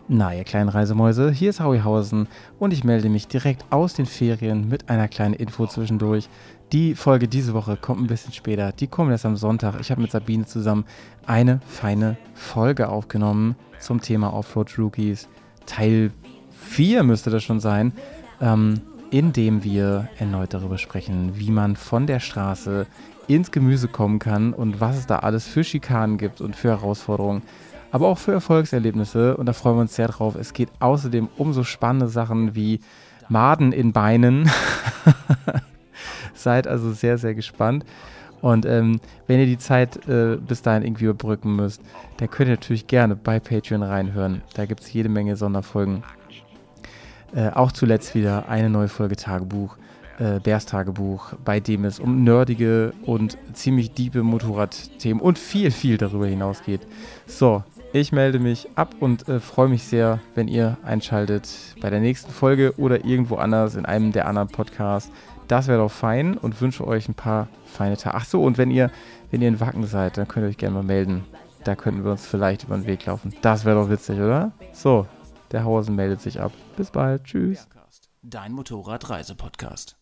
Na, ihr kleinen Reisemäuse, hier ist Howie Hausen und ich melde mich direkt aus den Ferien mit einer kleinen Info zwischendurch. Die Folge diese Woche kommt ein bisschen später, die kommt erst am Sonntag. Ich habe mit Sabine zusammen eine feine Folge aufgenommen zum Thema Offroad Rookies. Teil 4 müsste das schon sein, in dem wir erneut darüber sprechen, wie man von der Straße ins Gemüse kommen kann und was es da alles für Schikanen gibt und für Herausforderungen. Aber auch für Erfolgserlebnisse und da freuen wir uns sehr drauf. Es geht außerdem um so spannende Sachen wie Maden in Beinen. Seid also sehr, sehr gespannt. Und wenn ihr die Zeit bis dahin irgendwie überbrücken müsst, dann könnt ihr natürlich gerne bei Patreon reinhören. Da gibt es jede Menge Sonderfolgen. Auch zuletzt wieder eine neue Folge Tagebuch, Bärs Tagebuch, bei dem es um nerdige und ziemlich diebe Motorradthemen und viel, viel darüber hinaus geht. So, ich melde mich ab und freue mich sehr, wenn ihr einschaltet bei der nächsten Folge oder irgendwo anders in einem der anderen Podcasts. Das wäre doch fein und wünsche euch ein paar feine Tage. Ach so, und wenn ihr in Wacken seid, dann könnt ihr euch gerne mal melden. Da könnten wir uns vielleicht über den Weg laufen. Das wäre doch witzig, oder? So, der Hausen meldet sich ab. Bis bald. Tschüss. Dein Motorradreise-Podcast.